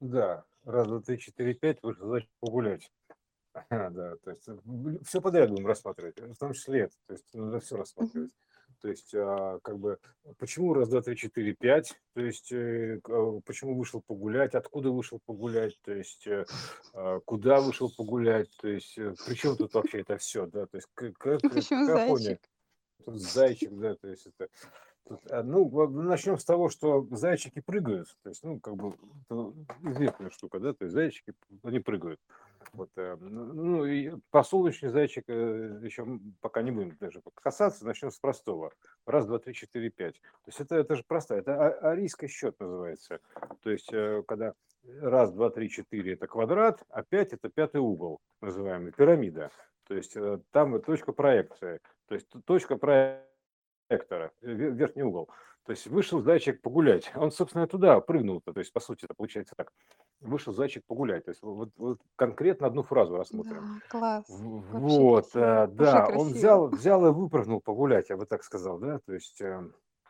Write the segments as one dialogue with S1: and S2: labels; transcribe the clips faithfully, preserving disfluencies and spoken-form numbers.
S1: Да, раз, два, три, четыре, пять, вышел зайчик погулять. Ага, да, то есть все подряд будем рассматривать, в том числе это, то есть нужно все
S2: Мгм.
S1: рассматривать. То есть, а, как бы, почему раз, два, три, четыре, пять, то есть, э, к а, почему вышел погулять, откуда вышел погулять, то есть, э, а, куда вышел погулять, то есть, э, причем тут вообще это все, да, то есть, к как э,
S2: Почему
S1: какофония,
S2: зайчик?
S1: тут зайчик, да, то есть это тут, а, ну, начнем с того, что зайчики прыгают, то есть, ну, как бы, это известная штука, да, то есть зайчики, они прыгают. Вот, э, ну, ну, и подсолнечный зайчик э, еще пока не будем даже касаться, начнем с простого. Раз, два, три, четыре, пять. То есть это, это же простая, это а- арийский счет называется. То есть э, когда раз, два, три, четыре это квадрат, а пять это пятый угол, называемый пирамида. То есть э, там и точка проекции. То есть т- точка проектора, э, ве- верхний угол. То есть вышел зайчик погулять. Он, собственно, туда прыгнул-то. То есть, по сути, это получается так. Вышел зайчик погулять. То есть вот, вот конкретно одну фразу рассмотрим.
S2: Да, класс.
S1: В-
S2: Вообще
S1: Вот,
S2: красиво.
S1: э,
S2: Уже
S1: да, он
S2: красиво.
S1: взял, взял и выпрыгнул погулять, я бы так сказал, да, то есть, э,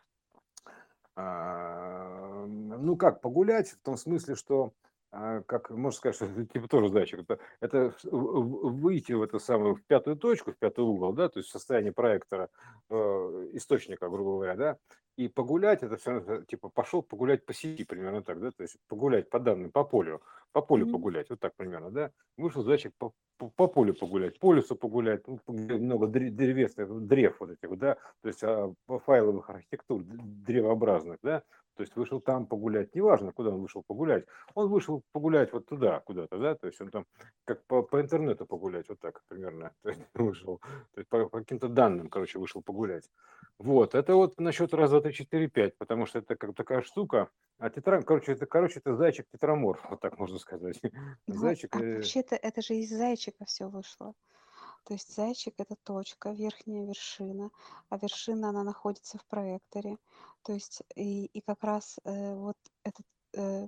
S1: а, ну как, погулять в том смысле, что, а, как можно сказать, что это типа тоже зайчик, это, это в- в- выйти в эту самую, в пятую точку, в пятый угол, да, то есть в состоянии проектора, э, источника, грубо говоря, да, и погулять, это все равно, типа пошел погулять по сети, примерно так, да, то есть погулять по данным, по полю, по полю
S2: Мгм.
S1: погулять, вот так примерно, да, вышел зайчик по, по, по полю погулять, по лесу погулять, ну, где много дре- древесных, древ вот этих, вот, да, то есть а, по файловых архитектур д- древообразных, да, то есть вышел там погулять, неважно, куда он вышел погулять, он вышел погулять вот туда, куда-то, да, то есть он там как по, по интернету погулять, вот так примерно, то есть вышел, то есть по, по каким-то данным, короче, вышел погулять. Вот, это вот насчет раз, два, три, четыре, пять, потому что это как такая штука, а тетрам, короче, это, короче, это зайчик тетраморф, вот так можно сказать.
S2: Ну,
S1: Зайчик,
S2: а
S1: э,
S2: вообще-то это же из зайчика все вышло. То есть зайчик — это точка, верхняя вершина, а вершина, она находится в проекторе. То есть и, и как раз э, вот этот э,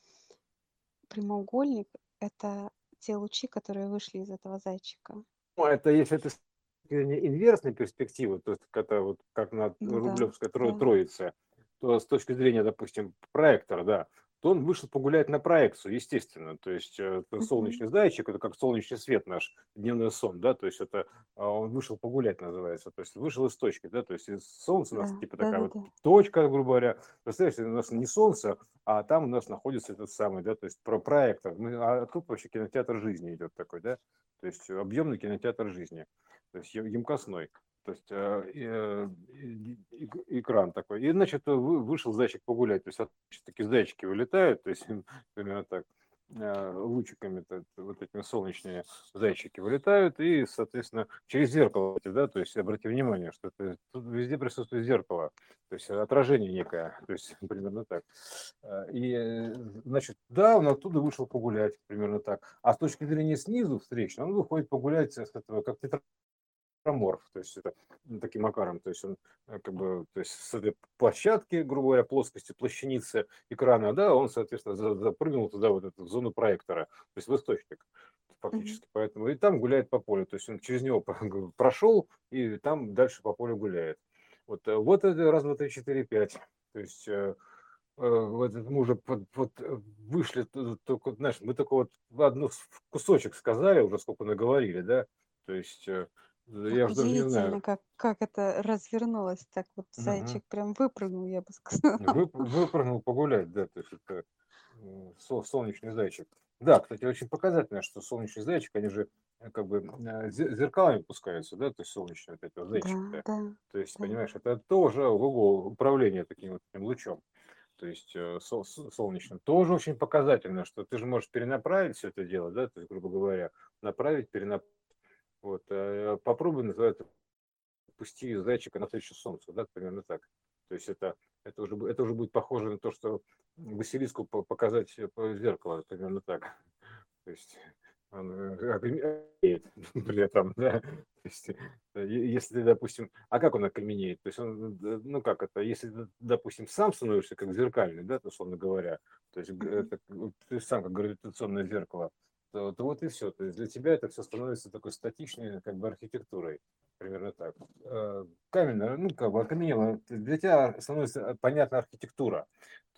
S2: прямоугольник — это те лучи, которые вышли из этого зайчика.
S1: ну, это если это с инверсной перспективы, то есть это вот как на
S2: Ну да,
S1: Рублевской
S2: да.
S1: тро- Троице, то с точки зрения, допустим, проектора, да, то он вышел погулять на проекцию, естественно. То есть э, это
S2: Мгм.
S1: солнечный зайчик, это как солнечный свет наш, дневной сон, да, то есть это а, он вышел погулять называется, то есть вышел из точки, да, то есть из солнца у
S2: Да,
S1: нас типа
S2: да,
S1: такая
S2: да,
S1: вот
S2: да.
S1: точка, грубо говоря, представляете, у нас не солнце, а там у нас находится этот самый, да, то есть про проектор. Мы, а тут вообще кинотеатр жизни идет такой, да, то есть объемный кинотеатр жизни, то есть е- емкостной. То есть э, и, э, и- и- экран такой. И, значит, вы- вышел зайчик погулять. То есть, такие зайчики вылетают, то есть, примерно так, э, лучиками, то- вот этими солнечные зайчики вылетают, и, соответственно, через зеркало, да, то есть, обрати внимание, что это, тут везде присутствует зеркало, то есть, отражение некое, то есть, примерно так. Э, И, э, значит, да, он оттуда вышел погулять, примерно так. А с точки зрения снизу встречной, он выходит погулять с этого, как тетраморф, то есть это ну, таким макаром, то есть он э, как бы, то есть с этой площадки, грубо говоря, плоскости, плащаницы экрана, да, он, соответственно, за- запрыгнул туда, вот эту в зону проектора, то есть в источник
S2: Мгм.
S1: фактически, поэтому и там гуляет по полю, то есть он через него прошел и там дальше по полю гуляет. Вот, э, вот это раз, два, три, четыре, пять. То есть э, э, вот это мы уже под- вот, э, вышли, т- только, знаешь, мы только вот в одну с- в кусочек сказали, уже сколько наговорили, да, то есть э, я
S2: Так
S1: же даже не знаю,
S2: удивительно, как, как это развернулось. Так вот
S1: мгм.
S2: зайчик прям выпрыгнул, я бы сказала.
S1: Вып- выпрыгнул погулять, да, то есть это м, со- солнечный зайчик. Да, кстати, очень показательно, что солнечный зайчик, они же э, как бы э, зе- зеркалами пускаются, да, то есть солнечные вот эти вот
S2: Да,
S1: зайчики-то.
S2: да,
S1: То есть,
S2: да.
S1: понимаешь, это тоже ого, управление таким вот этим лучом. То есть э, сол- с- солнечным. Тоже очень показательно, что ты же можешь перенаправить все это дело, да, то есть, грубо говоря, направить, перенаправить. Вот, э, попробуй, называется, пусти зайчика навстречу солнцу, да, примерно так. То есть это, это, уже, бу- это уже будет похоже на то, что Василиску по- показать э, по зеркало, примерно так. То есть он э, окаменеет при этом, да. То есть, э, е- если ты, допустим, а как он окаменеет? То есть он, э, ну как это, если ты, допустим, сам становишься как зеркальный, да, то, условно говоря, то есть г-
S2: Мгм.
S1: это, вот ты сам как гравитационное зеркало, то, то вот и все. То есть для тебя это все становится такой статичной как бы архитектурой. Примерно так. Э, Каменная, ну, как бы окаменела. Для тебя становится понятна архитектура. То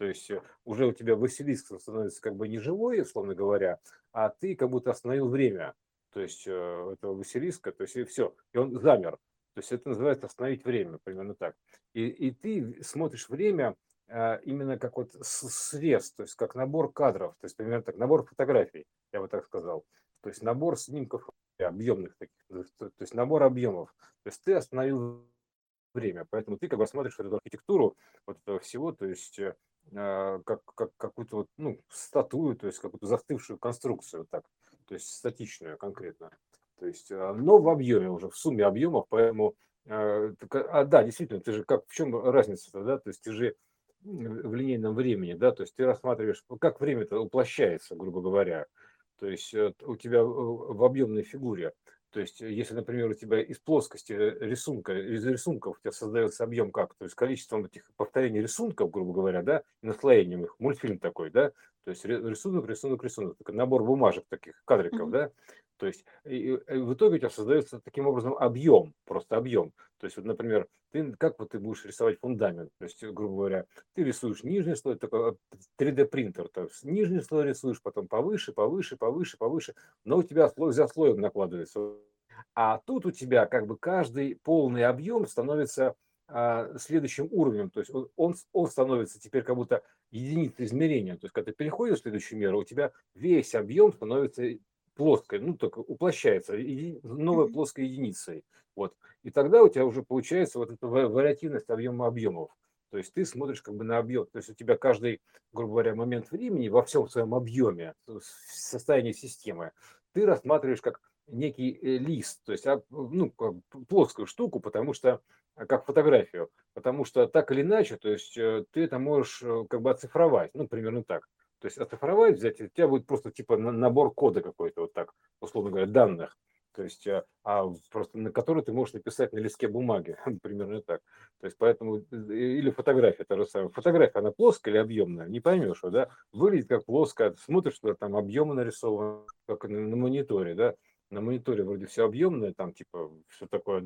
S1: То есть э, уже у тебя Василиск становится как бы не живой, условно говоря, а ты как будто остановил время. То есть э, этого Василиска, то есть и все, и он замер. То есть это называется остановить время, примерно так. И, и ты смотришь время а, именно как вот с- срез, то есть как набор кадров, то есть примерно так, набор фотографий, я бы так сказал. То есть набор снимков объемных таких, то то есть набор объемов. То есть ты остановил время, поэтому ты как бы смотришь вот эту архитектуру вот этого всего, то есть э, а, как, как какую-то вот, ну, статую, то есть какую-то застывшую конструкцию, вот так, то есть статичную конкретно. То есть, а, но в объеме уже, в сумме объемов, поэтому, а, так, а, да, действительно, ты же как, в чем разница-то, да, то есть ты же м, в линейном времени, да, то есть ты рассматриваешь, ну, как время-то уплощается, грубо говоря, то есть э, у тебя э, в объемной фигуре, то есть э, если, например, у тебя из плоскости э, рисунка, из рисунков у тебя создается объем как, то есть количеством этих повторений рисунков, грубо говоря, да, и наслоением их, мультфильм такой, да, то есть ри- рисунок, рисунок, рисунок, такой набор бумажек таких, кадриков,
S2: Мгм.
S1: да, то есть и, и в итоге у тебя создается таким образом объем, просто объем. То есть, вот, например, ты, как вот ты будешь рисовать фундамент, то есть, грубо говоря, ты рисуешь нижний слой, такой три дэ принтер, то есть нижний слой рисуешь, потом повыше, повыше, повыше, повыше, но у тебя слой за слоем накладывается. А тут у тебя как бы каждый полный объем становится а, следующим уровнем, то есть он, он, он становится теперь как будто единицей измерения. То есть когда ты переходишь в следующую меру, у тебя весь объем становится плоской, ну только уплощается, еди- новой
S2: Мгм.
S1: плоской единицей. Вот. И тогда у тебя уже получается вот эта ва- вариативность объема объемов. То есть ты смотришь как бы на объем, то есть у тебя каждый, грубо говоря, момент времени во всем своем объеме, то есть в состоянии системы, ты рассматриваешь как некий э, лист, то есть а, ну, как бы плоскую штуку, потому что а, как фотографию, потому что так или иначе, то есть э, ты это можешь э, как бы оцифровать, ну, примерно так. То есть оцифровать, взять, у тебя будет просто типа на- набор кода какой-то, вот так, условно говоря, данных. То есть, а, а просто на который ты можешь написать на листке бумаги, примерно так. То есть, поэтому, э, или фотография, та же самая. Фотография, она плоская или объемная, не поймешь, да, выглядит как плоская, смотришь, что там объемы нарисованы, как на, на мониторе, да, на мониторе вроде все объемное, там типа все такое,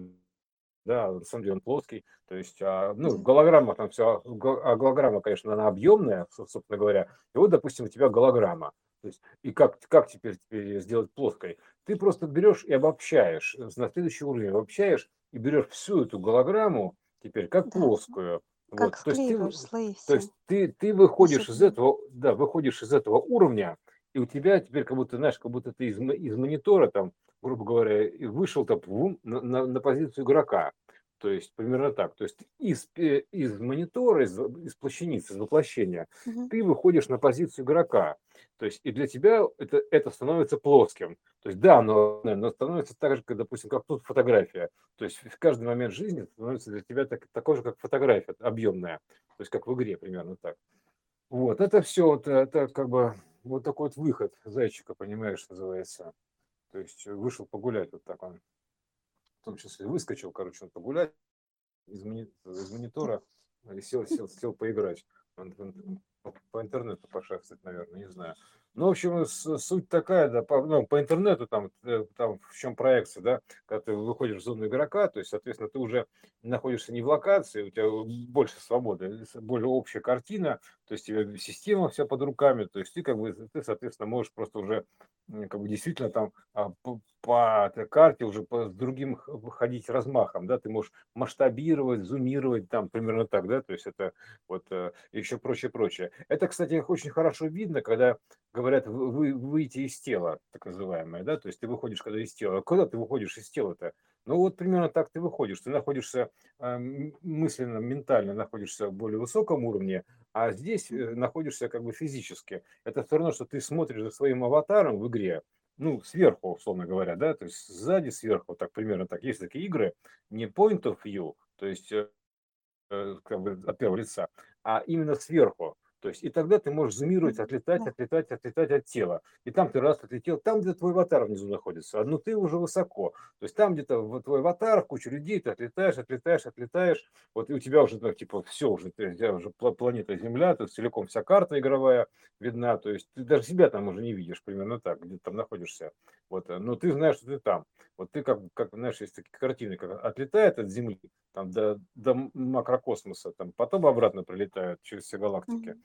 S1: да, на самом деле он плоский. То есть, а, ну,
S2: Да.
S1: голограмма там все, а голограмма, конечно, она объемная, собственно говоря. И вот, допустим, у тебя голограмма. То есть, и как, как теперь, теперь её сделать плоской? Ты просто берешь и обобщаешь, э, на следующий уровень обобщаешь и берешь всю эту голограмму теперь как
S2: Да.
S1: плоскую.
S2: Как
S1: Вот, то есть ты,
S2: склеиваешь слои
S1: то
S2: все
S1: есть ты, ты
S2: на
S1: выходишь из
S2: себе.
S1: этого, да, выходишь из этого уровня, и у тебя теперь как будто, знаешь, как будто ты из, мо- из монитора там, грубо говоря, и вышел там вум, на, на, на позицию игрока. То есть примерно так. То есть из, пе- из монитора, из, из плащаницы, из воплощения,
S2: Мгм.
S1: ты выходишь на позицию игрока. То есть и для тебя это, это становится плоским. То есть да, но, но становится так же, как, допустим, как тут фотография. То есть в каждый момент жизни становится для тебя так, такой же, как фотография, объемная. То есть как в игре примерно так. Вот, это все, вот, это как бы вот такой вот выход зайчика, понимаешь, называется. То есть вышел погулять, вот так он, в том числе выскочил, короче, он погулять из, мони- из
S2: Да.
S1: монитора и сел, сел, сел поиграть. Он- он По, по интернету пошастать, наверное, не знаю. Ну, в общем, с- суть такая, да, по, ну, по интернету там, э, там в чем проекция, да, когда ты выходишь в зону игрока, то есть, соответственно, ты уже находишься не в локации, у тебя больше свободы, с- более общая картина, то есть тебе система вся под руками, то есть ты как бы, ты, соответственно, можешь просто уже м, как бы действительно там а, по, по этой карте уже по, с другим х- ходить размахом, да, ты можешь масштабировать, зумировать, там примерно так, да, то есть это вот э, еще прочее, прочее. Это, кстати, очень хорошо видно, когда говорят вы, вы- выйти из тела, так называемое, да, то есть ты выходишь когда из тела. Когда ты выходишь из тела-то? Ну вот примерно так ты выходишь. Ты находишься э, м- мысленно, ментально находишься в более высоком уровне, а здесь
S2: М.
S1: э, находишься как бы физически. Это все равно, что ты смотришь за своим аватаром в игре, ну, сверху, условно говоря, да, то есть сзади, сверху, так примерно так. Есть такие игры, не point of view, то есть э, э, как бы от первого лица, а именно сверху. То есть и тогда ты можешь зумировать,
S2: Мгм.
S1: отлетать,
S2: Да.
S1: отлетать, отлетать от тела. И там ты раз отлетел, там, где твой аватар внизу находится, но ты уже высоко. То есть там где-то в- твой аватар, куча людей, ты отлетаешь, отлетаешь, отлетаешь. Вот и у тебя уже, так, типа, все уже, ты- у тебя уже пла- планета Земля, то есть целиком вся карта игровая видна. То есть ты даже себя там уже не видишь, примерно так, где ты там находишься. Вот, э, но ты знаешь, что ты там. Вот ты как, как знаешь, есть такие картины, как отлетает от Земли, там, до, до макрокосмоса, там, потом обратно прилетают через все галактики.
S2: Мгм.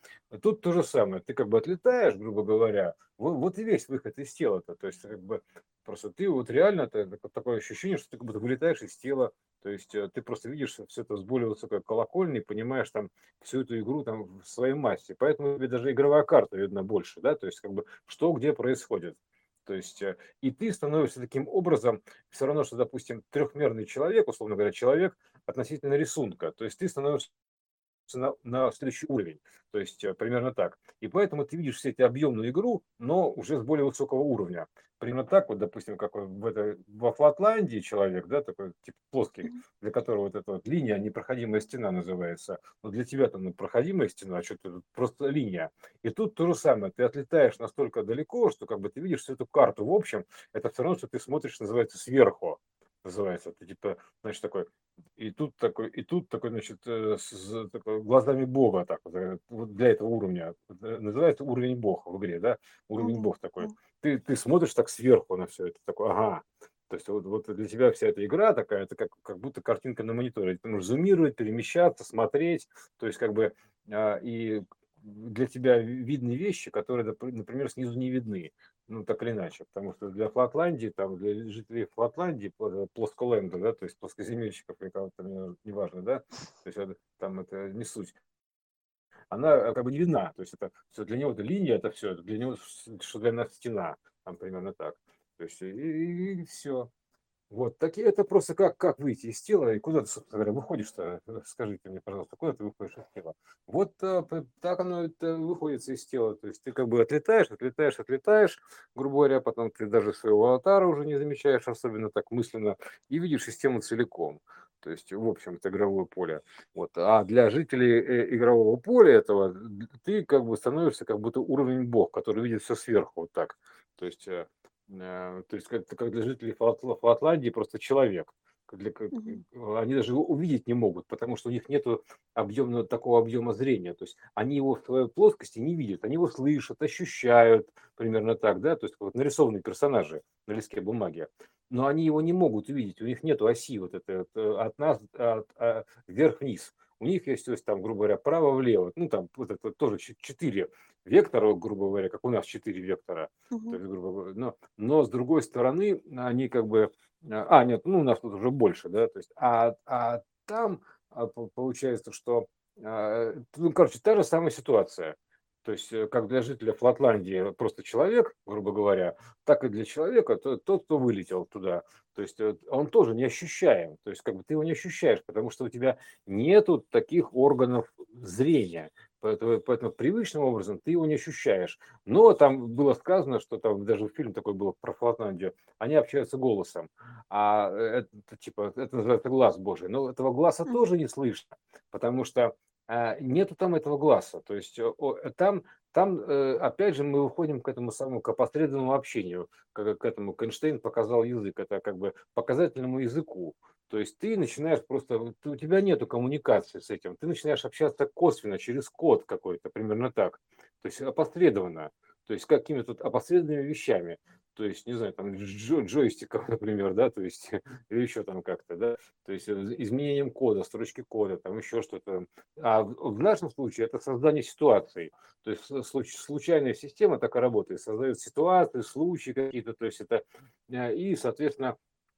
S1: Тут то же самое. Ты как бы отлетаешь, грубо говоря, вот, вот и весь выход из тела-то. То есть как бы просто ты вот реально это, такое ощущение, что ты как будто вылетаешь из тела. То есть э, ты просто видишь все это с более высокой колокольни, понимаешь там всю эту игру там в своей массе. Поэтому тебе даже игровая карта видна больше, да, то есть как бы что где происходит. То есть э, и ты становишься таким образом все равно, что, допустим, трехмерный человек, условно говоря, человек относительно рисунка. То есть ты становишься на, на следующий уровень. То есть э, примерно так. И поэтому ты видишь все эти объемную игру, но уже с более высокого уровня. Примерно так, вот, допустим, как вот в этой, во Флатландии человек, да, такой типа плоский,
S2: Мгм.
S1: для которого вот эта вот линия, непроходимая стена называется. Но для тебя там ну, проходимая стена, а что-то просто линия. И тут то же самое. Ты отлетаешь настолько далеко, что как бы ты видишь всю эту карту. В общем, это все равно, что ты смотришь, называется, сверху. Называется. Ты типа, значит, такой и тут такой, и тут такой, значит, э, с с такой глазами Бога, так вот, э, вот для этого уровня. Э, называется уровень Бог в игре, да,
S2: Ну
S1: уровень
S2: да,
S1: Бог
S2: да.
S1: такой. Ты ты смотришь так сверху на все это, такой, ага. То есть вот вот для тебя вся эта игра такая, это как как будто картинка на мониторе. Ты можешь зумировать, перемещаться, смотреть. То есть как бы, а, и для тебя видны вещи, которые, напр например, снизу не видны. Ну, так или иначе, потому что для Флатландии, там, для жителей Флатландии, пла- плосколенда, да, то есть плоскоземельщиков, или кого-то, не- неважно, да, то есть это, там это не суть, она э, как бы не видна, то есть это все для него это линия, это все, для него, с- что для нас стена, там примерно так, то есть и, все. Вот, так и это просто как, как выйти из тела и куда ты, собственно говоря, выходишь-то? Э, Скажите мне, пожалуйста, куда ты выходишь из тела? Вот э, п- так оно это выходит из тела. То есть ты как бы отлетаешь, отлетаешь, отлетаешь, грубо говоря, потом ты даже своего аватара уже не замечаешь, особенно так мысленно, и видишь систему целиком. То есть, в общем, это игровое поле. Вот. А для жителей э, игрового поля этого д- ты как бы становишься как будто уровень бог, который видит все сверху вот так. То есть э, Э, то есть как как для жителей Флатла Флатландии просто человек. Как для как
S2: Мгм.
S1: они даже его увидеть не могут, потому что у них нету объемного такого объема зрения. То есть они его в своей плоскости не видят, они его слышат, ощущают, примерно так, да, то есть вот нарисованные персонажи на листке бумаги. Но они его не могут увидеть, у них нету оси вот этой вот, э, от нас от, а, вверх-вниз. У них есть, то есть там, грубо говоря, право-влево. Ну, там вот это тоже ч- четыре вектора, грубо говоря, как у нас четыре вектора. То
S2: Мгм.
S1: есть, грубо говоря, но, но с другой стороны, они как бы, а, а, нет, ну, у нас тут уже больше, да, то есть, а, а там а, по- получается, что, а, ну, короче, та же самая ситуация. То есть, э, как для жителя Флатландии просто человек, грубо говоря, так и для человека то- тот, кто вылетел туда. То есть, э, он тоже не ощущаем. То есть, как бы ты его не ощущаешь, потому что у тебя нету таких органов зрения. Поэтому, поэтому привычным образом ты его не ощущаешь. Но там было сказано, что там даже фильм такой был про Флатландию, они общаются голосом. А э, это типа, это называется глаз Божий. Но этого глаза
S2: Мгм.
S1: тоже не слышно, потому что а, нету там этого глаза. То есть э, о, э, там, там э, опять же мы выходим к этому самому, к опосредованному общению, к, к этому к Эйнштейн показал язык, это как бы показательному языку. То есть ты начинаешь просто, вот у тебя нету коммуникации с этим, ты начинаешь общаться косвенно, через код какой-то, примерно так. То есть опосредованно, то есть какими-то опосредованными вещами. То есть, не знаю, там джо, джойстиком, например, да, то есть, или еще там как-то, да, то есть э, изменением кода, строчки кода, там еще что-то. А в, в нашем случае это создание ситуаций. То есть случ- случайная система так и работает, создает ситуации, случаи какие-то, то есть это, э, и, соответственно,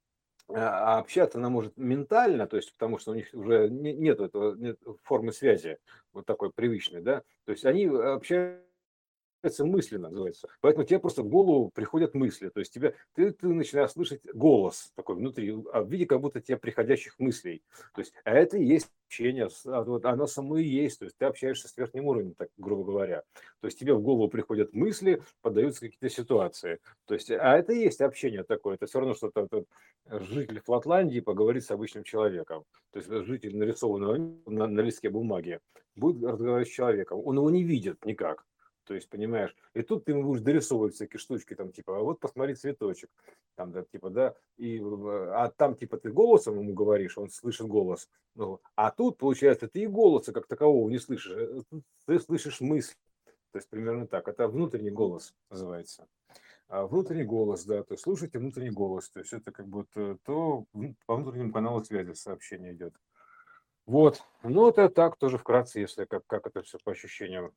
S1: а общаться она может ментально, то есть потому что у них уже не, нет этого нет формы связи вот такой привычной, да, то есть они общаются мысленно, называется. Поэтому тебе просто в голову приходят мысли. То есть тебе, ты, ты начинаешь слышать голос такой внутри, а в виде как будто тебе приходящих мыслей. То есть, а это и есть общение, с- а вот оно само и есть. То есть ты общаешься с верхним уровнем, так грубо говоря. То есть тебе в голову приходят мысли, подаются какие-то ситуации. То есть, а это и есть общение такое. Это все равно, что то то- житель Флатландии поговорит с обычным человеком. То есть житель нарисованного на, на листке бумаги будет разговаривать с человеком. Он его не видит никак. То есть, понимаешь, и тут ты ему будешь дорисовывать всякие штучки, там, типа, а вот посмотри цветочек, там, да, типа, да, и, э, а там, типа, ты голосом ему говоришь, он слышит голос, ну, а тут, получается, ты и голоса как такового не слышишь, э, ты слышишь мысль, то есть, примерно так, это внутренний голос называется. А внутренний голос, да, то есть слушайте внутренний голос, то есть это как бы то, то вн- по внутреннему каналу связи сообщение идет. Вот, ну это так тоже вкратце, если как, как это все по ощущениям.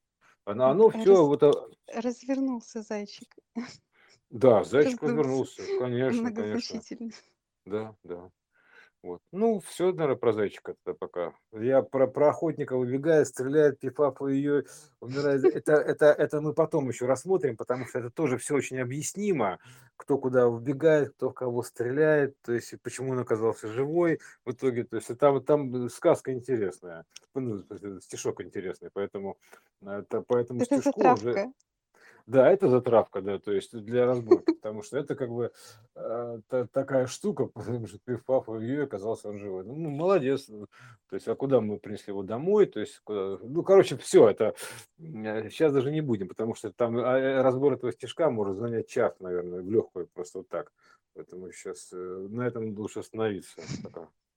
S1: Оно,
S2: М,
S1: оно все,
S2: раз
S1: вот, а,
S2: развернулся зайчик,
S1: да, зайчик
S2: раздулся
S1: развернулся, конечно, конечно,
S2: многозначительно.
S1: да, да. Вот. Ну, все, наверное, про зайчика-то пока. Я про, про охотника выбегает, стреляет, пифапа ее умирает. Это, это, это мы потом еще рассмотрим, потому что это тоже все очень объяснимо. Кто куда выбегает, кто в кого стреляет, то есть и почему он оказался живой в итоге. То есть и там, там сказка интересная, ну, то есть стишок интересный, поэтому это, по этому
S2: Это
S1: стишку уже
S2: затравка.
S1: да, это затравка, да, то есть для разборки, потому что это как бы э, та- такая штука, потому что ты папа ее оказался он живой. Ну, ну, молодец. ну, То есть, а куда мы принесли его домой? То есть, куда- ну, короче, все это сейчас даже не будем, потому что там а, э, разбор этого стишка может занять час, наверное, в легкую, просто вот так. Поэтому сейчас на этом лучше остановиться пока.